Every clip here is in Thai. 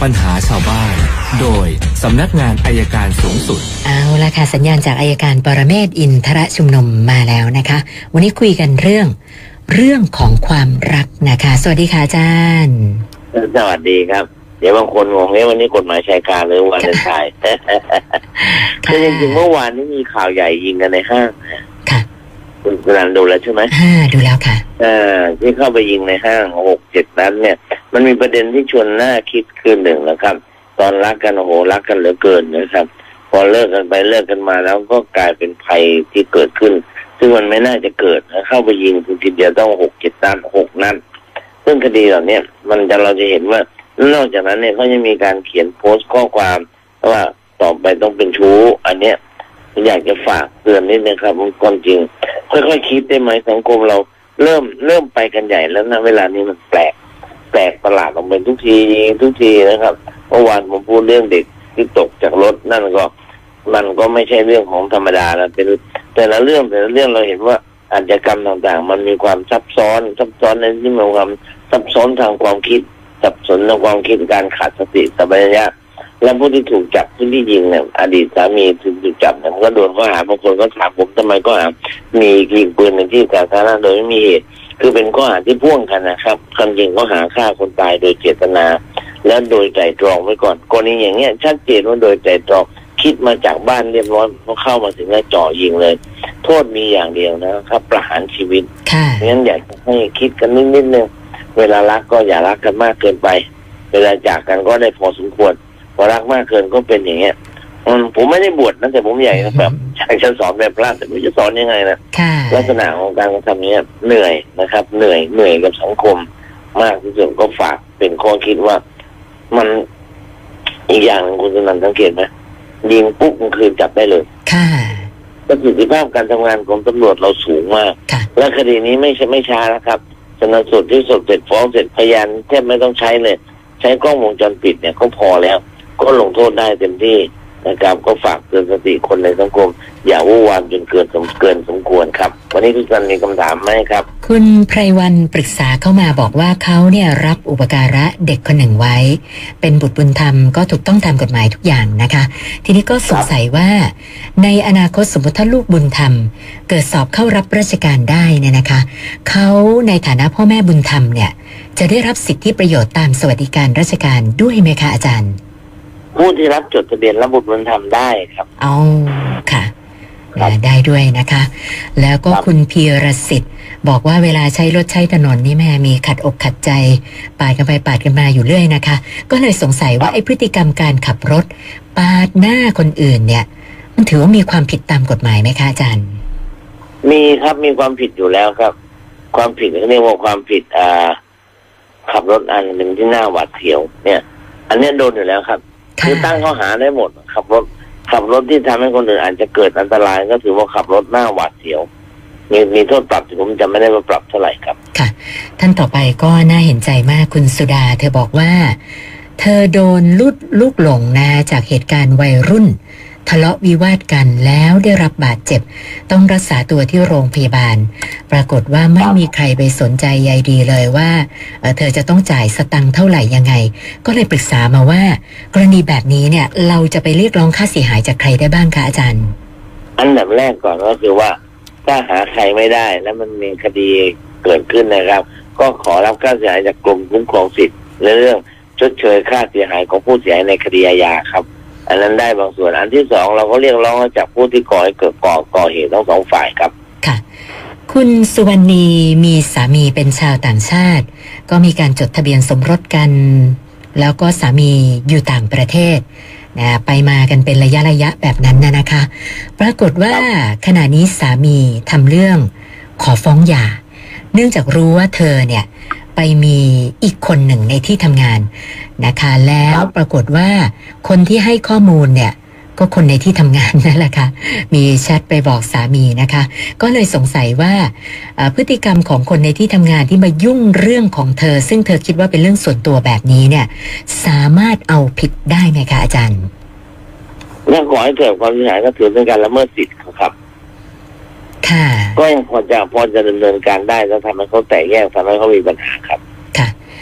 ปัญหาชาวบ้านโดยสำนักงานอัยการสูงสุดเอาละค่ะสัญญาณจากอัยการปรเมศวร์อินทรชุมนุมมาแล้วนะคะวันนี้คุยกันเรื่องของความรักนะคะสวัสดีค่ะอาจารย์สวัสดีครับเดี๋ยวบางคนงงวันนี้กฎหมายชายคาหรือวันเดินทางคือจริงๆเมื่อวานนี้มีข่าวใหญ่ยิงกันในห้างค่ะคุณกนันดูแล้วใช่ไหมดูแล้วค่ะที่เข้าไปยิงในห้าง6-7 นัดเนี่ยมันมีประเด็นที่ชวนน่าคิดคือหนึ่งนะครับตอนรักกันโอ้โหรักกันเหลือเกินนะครับพอเลิกกันไปเลิกกันมาแล้วก็กลายเป็นภัยที่เกิดขึ้นซึ่งมันไม่น่าจะเกิดเข้าไปยิงทีเดียวต้อง6-7 นัด6 นัดซึ่งคดีเหล่านี้เราจะเห็นว่านอกจากนั้นเนี่ยเขายังมีการเขียนโพสต์ข้อความว่าต่อไปต้องเป็นชู้อันเนี้ยอยากจะฝากเตือนนิดนึงครับก่อนจริงค่อยๆคิดได้ไหมสังคมเราเริ่มไปกันใหญ่แล้วนะเวลานี้มันแปลกประหลาดออกไปทุกทีนะครับเมื่อวานผมพูดเรื่องเด็กที่ตกจากรถนั่นก็มันก็ไม่ใช่เรื่องของธรรมดาแล้วเป็นแต่ละเรื่องเราเห็นว่าอาชญากรรมต่างๆมันมีความซับซ้อนในที่มีความซับซ้อนทางความคิดสับสนในความคิดการขาดสติสัมปชัญญะและผู้ที่ถูกจับผู้ที่ยิงเนี่ยอดีตสามีถูกจับเนี่ยก็โดนข้อหาบางคนก็ถามผมทำไมก็หามียิงปืนในที่สาธารณะโดยไม่มีเหตุคือเป็นข้อหาที่พ่วงกันนะครับความจริงข้อหาฆ่าคนตายโดยเจตนาและโดยไตร่ตรองไว้ก่อนกรณีอย่างเงี้ยชัดเจนว่าโดยไตร่ตรองคิดมาจากบ้านเรียบร้อยพอเข้ามาถึงแล้วจ่อยิงเลยโทษมีอย่างเดียวนะครับประหารชีวิตเพราะฉะนั้นอยากให้คิดกันนิดนึงเวลารักก็อย่ารักกันมากเกินไปเวลาจากกันก็ได้พอสมควรพอรักมากเกินก็เป็นอย่างเงี้ยผมไม่ได้บวชนะแต่ผมอยากแบบอยากจะสอนแบบพระแต่ไม่รู้จะสอนยังไงนะลักษณะของการทำนี้เหนื่อยนะครับเหนื่อยกับสังคมมากที่สุดก็ฝากเป็นข้อคิดว่ามันอีกอย่างนึงคุณสนันสังเกตไหมยิงปุ๊บมันคือจับได้เลยประสิทธิภาพการทำงานของตำรวจเราสูงมากและคดีนี้ไม่ช้านะครับชันสูตรที่สุดเสร็จฟ้องเสร็จพยานแทบไม่ต้องใช้เลยใช้กล้องวงจรปิดเนี่ยก็พอแล้วก็ลงโทษได้เต็มที่นะครับก็ฝากเตือนสติคนในสังคมอย่าวุ่นวายจนเกินสมควรครับวันนี้ทุกท่านมีคำถามไหมครับคุณไพรวันปรึกษาเข้ามาบอกว่าเขาเนี่ยรับอุปการะเด็กคนหนึ่งไว้เป็นบุตรบุญธรรมก็ถูกต้องตามกฎหมายทุกอย่างนะคะทีนี้ก็สงสัยว่าในอนาคตสมมติถ้าลูกบุญธรรมเกิดสอบเข้ารับราชการได้เนี่ยนะคะเขาในฐานะพ่อแม่บุญธรรมเนี่ยจะได้รับสิทธิประโยชน์ตามสวัสดิการราชการด้วยไหมคะอาจารย์ผู้ที่รับจดทะเบียนรับบุตรบุญธรรมได้ครับค่ะได้ด้วยนะคะแล้วก็คุณพีรสิทธิ์บอกว่าเวลาใช้รถใช้ถนนนี่แม่มีขัดอกขัดใจปาดกันไปปาดกันมาอยู่เรื่อยนะคะก็เลยสงสัยว่าไอ้พฤติกรรมการขับรถปาดหน้าคนอื่นเนี่ยมันถือว่ามีความผิดตามกฎหมายไหมคะอาจารย์มีครับมีความผิดอยู่แล้วครับความผิดเรียกว่าความผิดขับรถอันหนึ่งที่หน้าหวาดเสียวเนี่ยอันนี้โดนอยู่แล้วครับคือตั้งข้อหาได้หมดขับรถที่ทำให้คนอื่นอาจจะเกิดอันตรายก็ถือว่าขับรถหน้าหวาดเสียวมีโทษปรับผมจะไม่ได้มาปรับเท่าไหร่ครับค่ะท่านต่อไปก็น่าเห็นใจมากคุณสุดาเธอบอกว่าเธอโดนลูกหลงนะจากเหตุการณ์วัยรุ่นทะเลาะวิวาทกันแล้วได้รับบาดเจ็บต้องรักษาตัวที่โรงพยาบาลปรากฏว่าไม่มีใครไปสนใจใยดีเลยว่าเธอจะต้องจ่ายสตังค์เท่าไหร่ยังไงก็เลยปรึกษามาว่ากรณีแบบนี้เนี่ยเราจะไปเรียกร้องค่าเสียหายจากใครได้บ้างคะอาจารย์อันดับแรกก่อนก็คือว่าถ้าหาใครไม่ได้แล้วมันมีคดีเกิดขึ้นนะครับก็ขอรับค่าเสียหายจากกรมคุ้มครองสิทธิ์ในเรื่องชดเชยค่าเสียหายของผู้เสียหายในคดีอาญาครับอันนั้นได้บางส่วนอันที่สองเราก็เรียกร้องจากผู้ที่ก่อให้เกิดก่อเหตุทั้งสองฝ่ายครับค่ะคุณสุวรรณีมีสามีเป็นชาวต่างชาติก็มีการจดทะเบียนสมรสกันแล้วก็สามีอยู่ต่างประเทศนะไปมากันเป็นระยะแบบนั้นนะคะปรากฏว่าขณะนี้สามีทำเรื่องขอฟ้องหย่าเนื่องจากรู้ว่าเธอเนี่ยไปมีอีกคนหนึ่งในที่ทำงานนะคะแล้วปรากฏว่าคนที่ให้ข้อมูลเนี่ยก็คนในที่ทำงานนั่นแหละค่ะมีแชทไปบอกสามีนะคะก็เลยสงสัยว่าพฤติกรรมของคนในที่ทำงานที่มายุ่งเรื่องของเธอซึ่งเธอคิดว่าเป็นเรื่องส่วนตัวแบบนี้เนี่ยสามารถเอาผิดได้ไหมคะอาจารย์เรื่องก่อให้เกิดความเสียหายก็ถือเป็นการละเมิดสิทธิ์ครับก็ยังพอจะดำเนินการได้แล้วทำให้เขาแตกแยกทำให้เขามีปัญหาครับค่ะคุ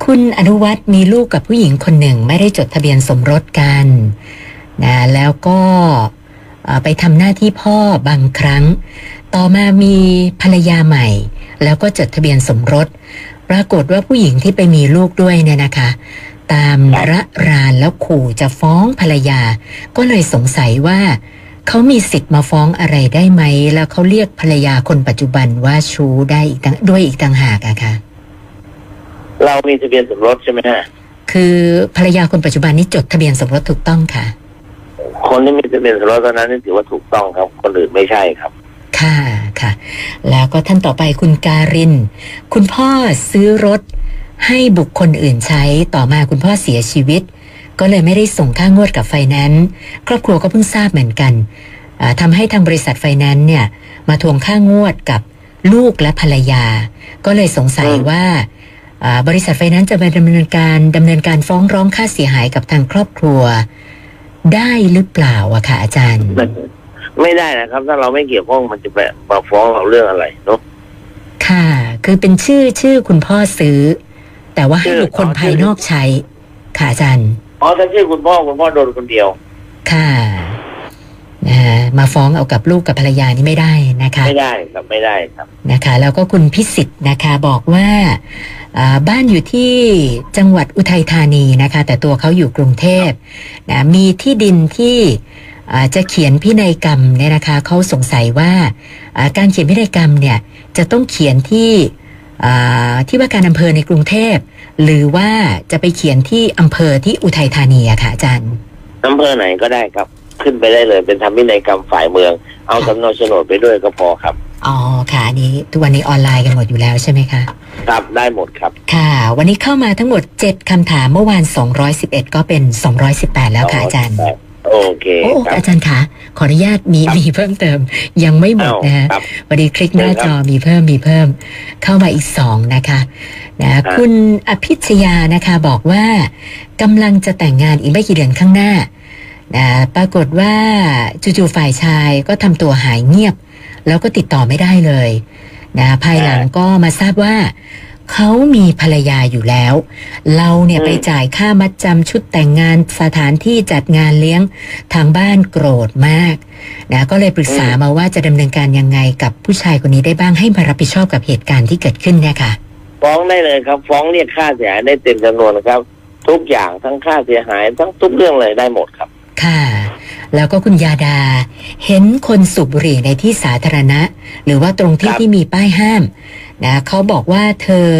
คุณอนุวัฒน์มีลูกกับผู้หญิงคนหนึ่งไม่ได้จดทะเบียนสมรสกันนะแล้วก็ไปทำหน้าที่พ่อบางครั้งต่อมามีภรรยาใหม่แล้วก็จดทะเบียนสมรสปรากฏว่าผู้หญิงที่ไปมีลูกด้วยเนี่ยนะคะตามระรานแล้วขู่จะฟ้องภรรยาก็เลยสงสัยว่าเขามีสิทธิ์มาฟ้องอะไรได้ไหมแล้วเขาเรียกภรรยาคนปัจจุบันว่าชู้ได้อีกด้วยอีกต่างหากอะค่ะเรามีทะเบียนสมรสใช่ไหมฮะคือภรรยาคนปัจจุบันนี้จดทะเบียนสมรสถูกต้องค่ะคนที่มีทะเบียนสมรสตอนนั้นนี่ถือว่าถูกต้องครับคนอื่นไม่ใช่ครับค่ะค่ะแล้วก็ท่านต่อไปคุณการินคุณพ่อซื้อรถให้บุคคลอื่นใช้ต่อมาคุณพ่อเสียชีวิตก็เลยไม่ได้ส่งค่างวดกับไฟแนนซ์ครอบครัวก็เพิ่งทราบเหมือนกันทำให้ทางบริษัทไฟแนนซ์เนี่ยมาทวงค่างวดกับลูกและภรรยาก็เลยสงสัยว่าบริษัทไฟแนนซ์จะไปดำเนินการฟ้องร้องค่าเสียหายกับทางครอบครัวได้หรือเปล่าอะค่ะอาจารย์ไม่ได้นะครับถ้าเราไม่เกี่ยวข้องมันจะไปมาฟ้องเราเรื่องอะไรเนาะค่ะคือเป็นชื่อคุณพ่อซื้อแต่ว่าให้บุคคลภายนอกใช้ค่ะอาจารย์ถ้าชื่อคุณพ่อโดนคนเดียวค่ะมาฟ้องเอากับลูกกับภรรยานี่ไม่ได้นะคะไม่ได้ครับไม่ได้ครับนะคะแล้วก็คุณพิสิทธิ์นะคะบอกว่าบ้านอยู่ที่จังหวัดอุทัยธานีนะคะแต่ตัวเขาอยู่กรุงเทพนะมีที่ดินที่จะเขียนพินัยกรรมเนี่ยนะคะเขาสงสัยว่าการเขียนพินัยกรรมเนี่ยจะต้องเขียนที่ว่าการอำเภอในกรุงเทพหรือว่าจะไปเขียนที่อำเภอที่อุทัยธานีอะค่ะอาจารย์อำเภอไหนก็ได้ครับขึ้นไปได้เลยเป็นทำพินัยกรรมฝ่ายเมืองเอาสำเนาโฉนดไปด้วยก็พอครับอ๋อค่ะอันนี้ทุกวันนี้ออนไลน์กันหมดอยู่แล้วใช่ไหมคะครับได้หมดครับค่ะวันนี้เข้ามาทั้งหมด7คำถามเมื่อวาน211ก็เป็น218แล้วค่ะอาจารย์โอเคโอ้อาจารย์คะขออนุญาตมีเพิ่มเติมยังไม่หมดนะฮะวันนี้คลิกหน้าจอมีเพิ่มเข้ามาอีก2นะคะคุณอภิชยานะคะบอกว่ากำลังจะแต่งงานอีกไม่กี่เดือนข้างหน้าปรากฏว่าจู่ๆฝ่ายชายก็ทำตัวหายเงียบแล้วก็ติดต่อไม่ได้เลยภายหลังก็มาทราบว่าเขามีภรรยาอยู่แล้วเราเนี่ยไปจ่ายค่ามัดจำชุดแต่งงานสถานที่จัดงานเลี้ยงทางบ้านโกรธมากก็เลยปรึกษามาว่าจะดำเนินการยังไงกับผู้ชายคนนี้ได้บ้างให้มารับผิดชอบกับเหตุการณ์ที่เกิดขึ้นเนี่ยค่ะฟ้องได้เลยครับฟ้องเรียกค่าเสียหายได้เต็มจำนวนนะครับทุกอย่างทั้งค่าเสียหายทั้งทุกเรื่องเลยได้หมดครับค่ะแล้วก็คุณยาดาเห็นคนสูบบุหรี่ในที่สาธารณะหรือว่าตรงที่มีป้ายห้ามเขาบอกว่าเธอ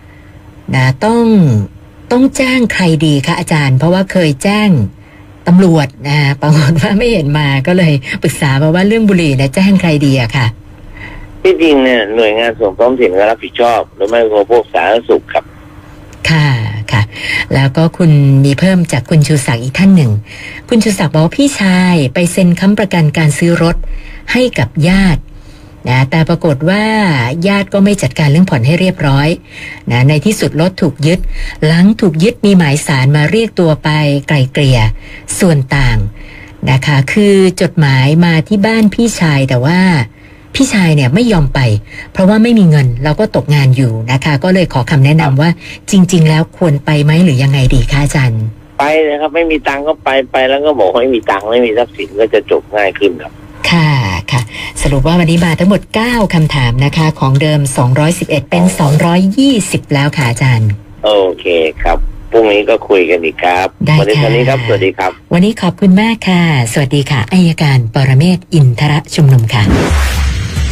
ต้องแจ้งใครดีคะอาจารย์เพราะว่าเคยแจ้งตำรวจปรากฏว่าไม่เห็นมาก็เลยปรึกษามาว่าเรื่องบุหรี่แจ้งใครดีอะค่ะที่จริงเนี่ยหน่วยงานส่วนท้องถิ่นก็รับผิดชอบหรือไม่ก็พวกสาธารณสุขครับค่ะค่ะแล้วก็คุณมีเพิ่มจากคุณชูศักดิ์อีกท่านหนึ่งคุณชูศักดิ์บอกว่าพี่ชายไปเซ็นค้ำประกันการซื้อรถให้กับญาติแต่ปรากฏว่าญาติก็ไม่จัดการเรื่องผ่อนให้เรียบร้อยในที่สุดรถถูกยึดหลังถูกยึดมีหมายศาลมาเรียกตัวไปไกล่เกลี่ยส่วนต่างนะคะคือจดหมายมาที่บ้านพี่ชายแต่ว่าพี่ชายเนี่ยไม่ยอมไปเพราะว่าไม่มีเงินแล้วก็ตกงานอยู่นะคะก็เลยขอคำแนะนำว่าจริงๆแล้วควรไปไหมหรือยังไงดีคะอาจารย์ไปนะครับไม่มีตังค์ก็ไปแล้วก็บอกไม่มีตังค์ไม่มีทรัพย์สินก็จะจบง่ายขึ้นครับค่ะค่ะสรุปว่าวันนี้มาทั้งหมด9คำถามนะคะของเดิม211เป็น220แล้วค่ะอาจารย์โอเคครับพรุ่งนี้ก็คุยกันอีกครับวันนี้ครับสวัสดีครับวันนี้ขอบคุณมากค่ะสวัสดีค่ะอัยการปรเมศวร์อินทรชุมนุมค่ะ